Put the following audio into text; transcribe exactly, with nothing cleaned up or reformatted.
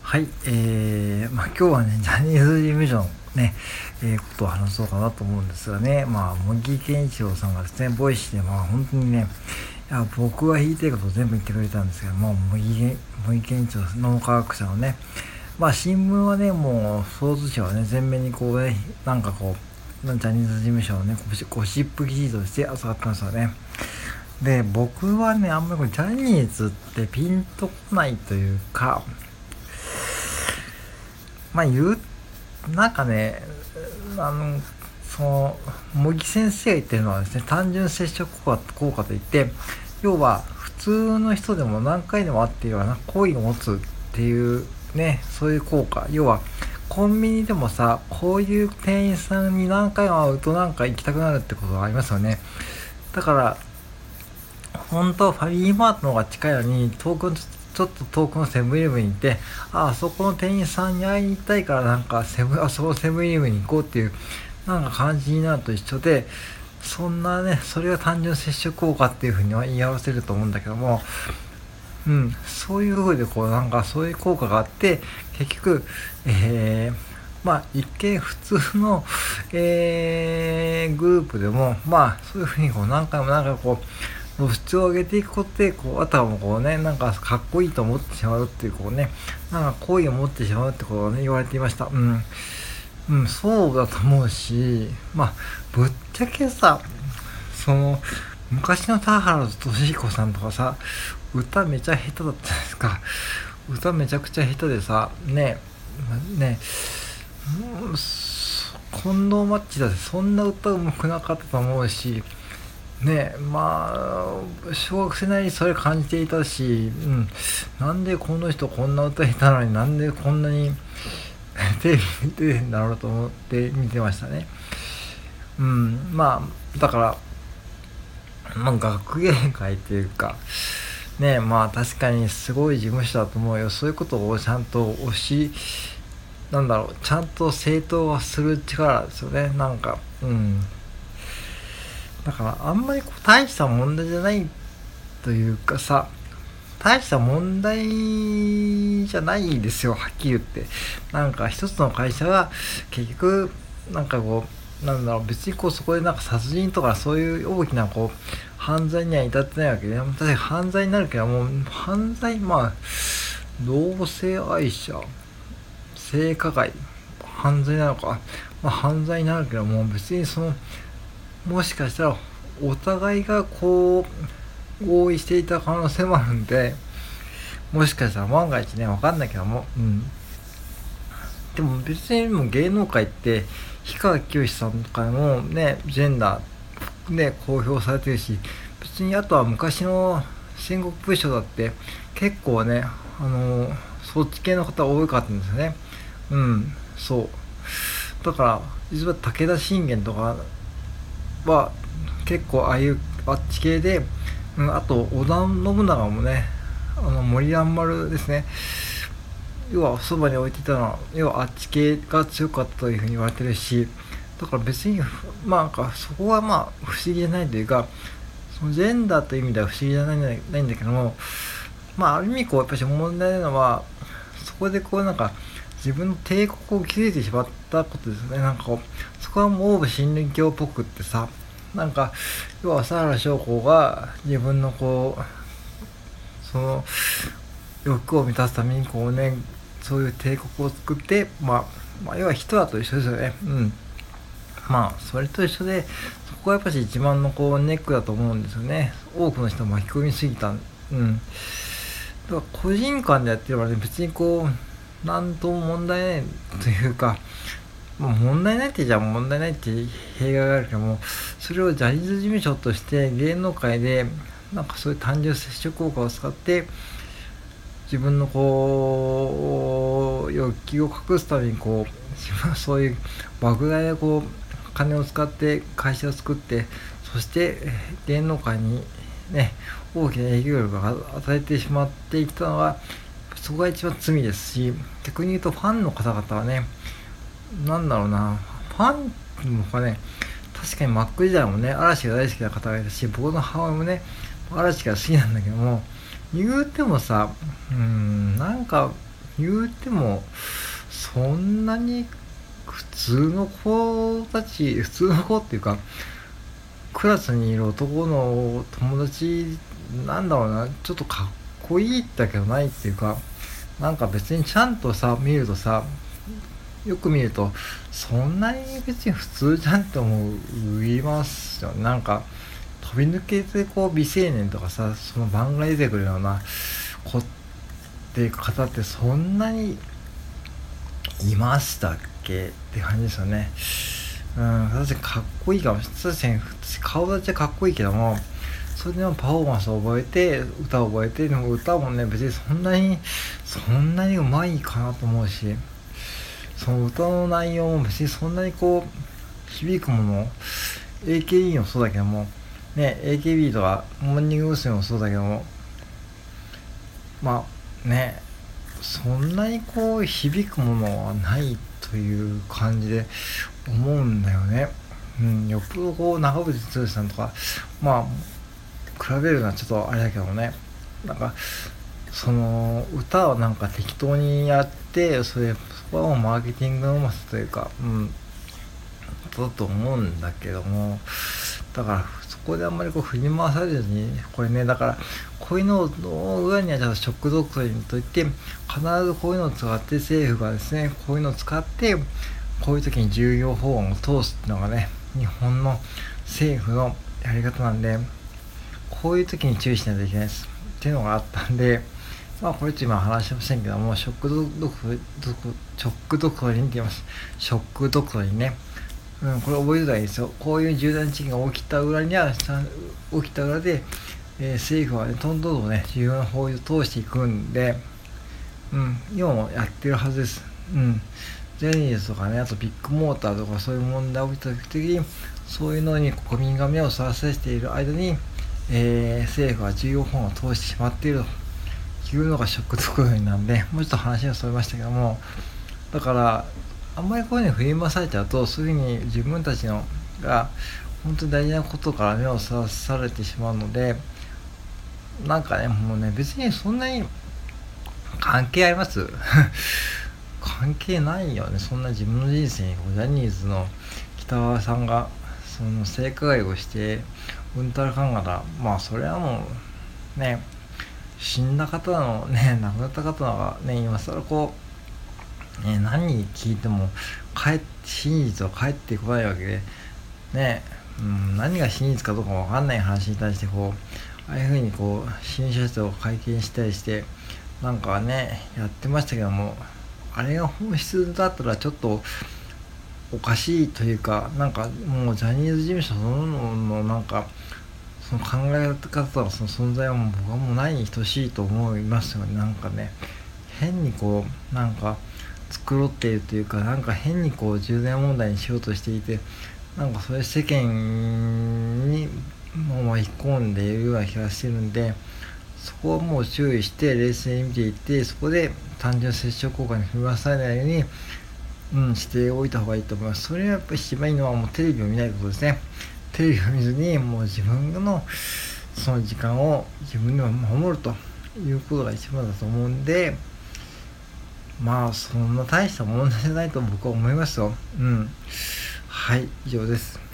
はい、えー、まあ今日はね、ジャニーズ事務所のね、えー、ことを話そうかなと思うんですがね、まあ、茂木健一郎さんがですね、ボイシーで、まあ本当にね、いや僕は言いたいことを全部言ってくれたんですけども、茂木茂木健一郎脳科学者のね、まあ新聞はね、もう、スポーツ紙はね、全面にこうね、なんかこう、ジャニーズ事務所のね、ゴシップ記事として扱ってますよね。で、僕はね、あんまりこれジャニーズってピンとこないというか、まあ言う、なんかね、あの、その、茂木先生が言ってるのはですね、単純接触効果効果といって、要は普通の人でも何回でも会っているような好意を持つっていうね、そういう効果。要は、コンビニでもさ、こういう店員さんに何回も会うとなんか行きたくなるってことがありますよね。だから、本当はファミリーマートの方が近いのに、遠くのちょっと遠くのセブンイレブンに行って、ああそこの店員さんに会いに行きたいからなんかセブンあそこのセブンイレブンに行こうっていうなんか感じになると一緒で、そんなね、それが単純接触効果っていうふうには言い合わせると思うんだけども、うん、そういう風でこうなんかそういう効果があって、結局、えー、まあ一見普通の、えー、グループでもまあそういう風にこう何回も何回もこう露出を上げていくことでこうあたかもこうねなんかかっこいいと思ってしまうっていうこうねなんか好意を持ってしまうってことをね言われていました。うん、うん、そうだと思うし、まあぶっちゃけさ、その昔の田原俊彦さんとかさ、歌めちゃ下手だったじゃないですか。歌めちゃくちゃ下手でさ、ねねもう近藤マッチだってそんな歌うまくなかったと思うし、ねまあ小学生なりにそれ感じていたし、うん、なんでこの人こんな歌下手なのになんでこんなにテレビ見てるんだろうと思って見てましたね。うん、まあだから、まあ、学芸会っていうかね、まあ確かにすごい事務所だと思うよ。そういうことをちゃんと推しなんだろうちゃんと正当化する力ですよね。なんかうん、だからあんまりこう大した問題じゃないというかさ、大した問題じゃないですよ、はっきり言って。なんか一つの会社が結局なんかこうなんだろう別にこうそこでなんか殺人とかそういう大きなこう犯罪には至ってないわけで、確かに犯罪になるけども犯罪まあ同性愛者性加害犯罪なのか、まあ、犯罪になるけども別にそのもしかしたらお互いがこう合意していた可能性もあるんで、もしかしたら万が一ね分かんないけども、うん、でも別にもう芸能界って氷川きよしさんとかもねジェンダーね公表されてるし、別にあとは昔の戦国武将だって結構ねあのー、そっち系の方多かったんですよね。うん、そうだから実は武田信玄とかは結構ああいうあっち系で、うん、あと織田信長もねあの森蘭丸ですね、要はそばに置いていたのは要はあっち系が強かったというふうに言われてるし、だから別にまあなんかそこはまあ不思議じゃないというか、そのジェンダーという意味では不思議じゃないないんだけども、まあある意味こうやっぱり問題なのはそこでこうなんか自分の帝国を築いてしまったことですね。なんかこうそこはもうオウム真理教っぽくってさ、なんか要は佐原将校が自分のこうその欲を満たすためにこうねそういう帝国を作って、まあ、まあ要はヒトラーと一緒ですよね。うん、まあそれと一緒でそこがやっぱり一番のこうネックだと思うんですよね。多くの人を巻き込みすぎた。うん、だから個人間でやってればね別にこうなんとも問題ないというか、まあ、問題ないってじゃあ問題ないって弊害があるけども、それをジャニーズ事務所として芸能界でなんかそういう単純接触効果を使って自分のこう欲求を隠すためにこう自分はそういう莫大なこう金を使って会社を作って、そして芸能界にね大きな影響力を与えてしまっていったのはそこが一番罪ですし、逆に言うとファンの方々はねなんだろうな、ファンもかね、確かにマック時代もね嵐が大好きな方がいたし、僕の母親もね嵐が好きなんだけども、言うてもさ、うーんなんか言うてもそんなに普通の子たち普通の子っていうかクラスにいる男の友達なんだろうな、ちょっとかっこいいだけどないっていうか、なんか別にちゃんとさ見るとさ、よく見るとそんなに別に普通じゃんって思いますよ。なんか飛び抜けてこう美青年とかさ、その番外出てくるような子っていう方ってそんなにいましたっけって感じですよね。うん、確かにかっこいいかもしれない。確かに顔立ちはかっこいいけども、それでもパフォーマンスを覚えて歌を覚えて、でも歌もね別にそんなにそんなにうまいかなと思うし、その歌の内容も別にそんなにこう響くもの、 エーケービー もそうだけどもね、 エーケービー とかモーニング娘。もそうだけども、まあね、そんなにこう響くものはないという感じで思うんだよね。うん、よっぽどこう長渕剛さんとかまあ比べるのはちょっとあれだけどもね、なんかその歌をなんか適当にやって、それそこはもうマーケティングのうまさというか、うんだと思うんだけども、だからそこであんまりこう振り回されずに、これね、だからこういうのの裏にはちゃんとショックドクトリンといって、必ずこういうのを使って政府がですね、こういうのを使ってこういう時に重要法案を通すっていうのがね、日本の政府のやり方なんで、こういう時に注意しないといけないですっていうのがあったんで、まあこれちょっと今話しませんけども、ショックドクトリン、ショックドクトリンって言います。ショックドクトリンね。うん、これ覚えてたらいいですよ。こういう重大な事件が起きた裏には、起きた裏で、えー、政府はね、どんどんね、重要な法律を通していくんで、うん、今もやってるはずです。うん。ジャニーズとかね、あとビッグモーターとかそういう問題が起きた時に、そういうのに国民が目をそらせている間に、えー、政府は重要法案を通してしまっているというのがショックドクトリンなんで、もうちょっと話がそれましたけども、だからあんまりこういうのに振り回されちゃうと、そういうふうに自分たちのが本当に大事なことから目をそらされてしまうので、なんかね、もうね、別にそんなに関係あります関係ないよね。そんな自分の人生にこうジャニーズの北川さんがその性加害をしてうんたらかんがら、まあそれはもうね、死んだ方のね、亡くなった方がね、今更こう、ね、何聞いても帰って真実は返ってこないわけでね、うん、何が真実かどうか分かんない話に対してこうああいう風にこう新社長を会見したりしてなんかねやってましたけども、あれが本質だったらちょっとおかしいというか、なんかもうジャニーズ事務所そのもののなんかその考え方のその存在はもう僕はもうないに等しいと思いますよね。なんかね、変にこうなんか繕っているというか、なんか変にこう重大問題にしようとしていて、なんかそれ世間にもう巻き込んでいるような気がしてるんで、そこはもう注意して冷静に見ていって、そこで単純接触効果に踏み出されないように、うん、しておいた方がいいと思います。それはやっぱり一番いいのはもうテレビを見ないことですね。テレビを見ずにもう自分のその時間を自分で守るということが一番だと思うんで、まあそんな大した問題じゃないと僕は思いますよ。うん。はい、以上です。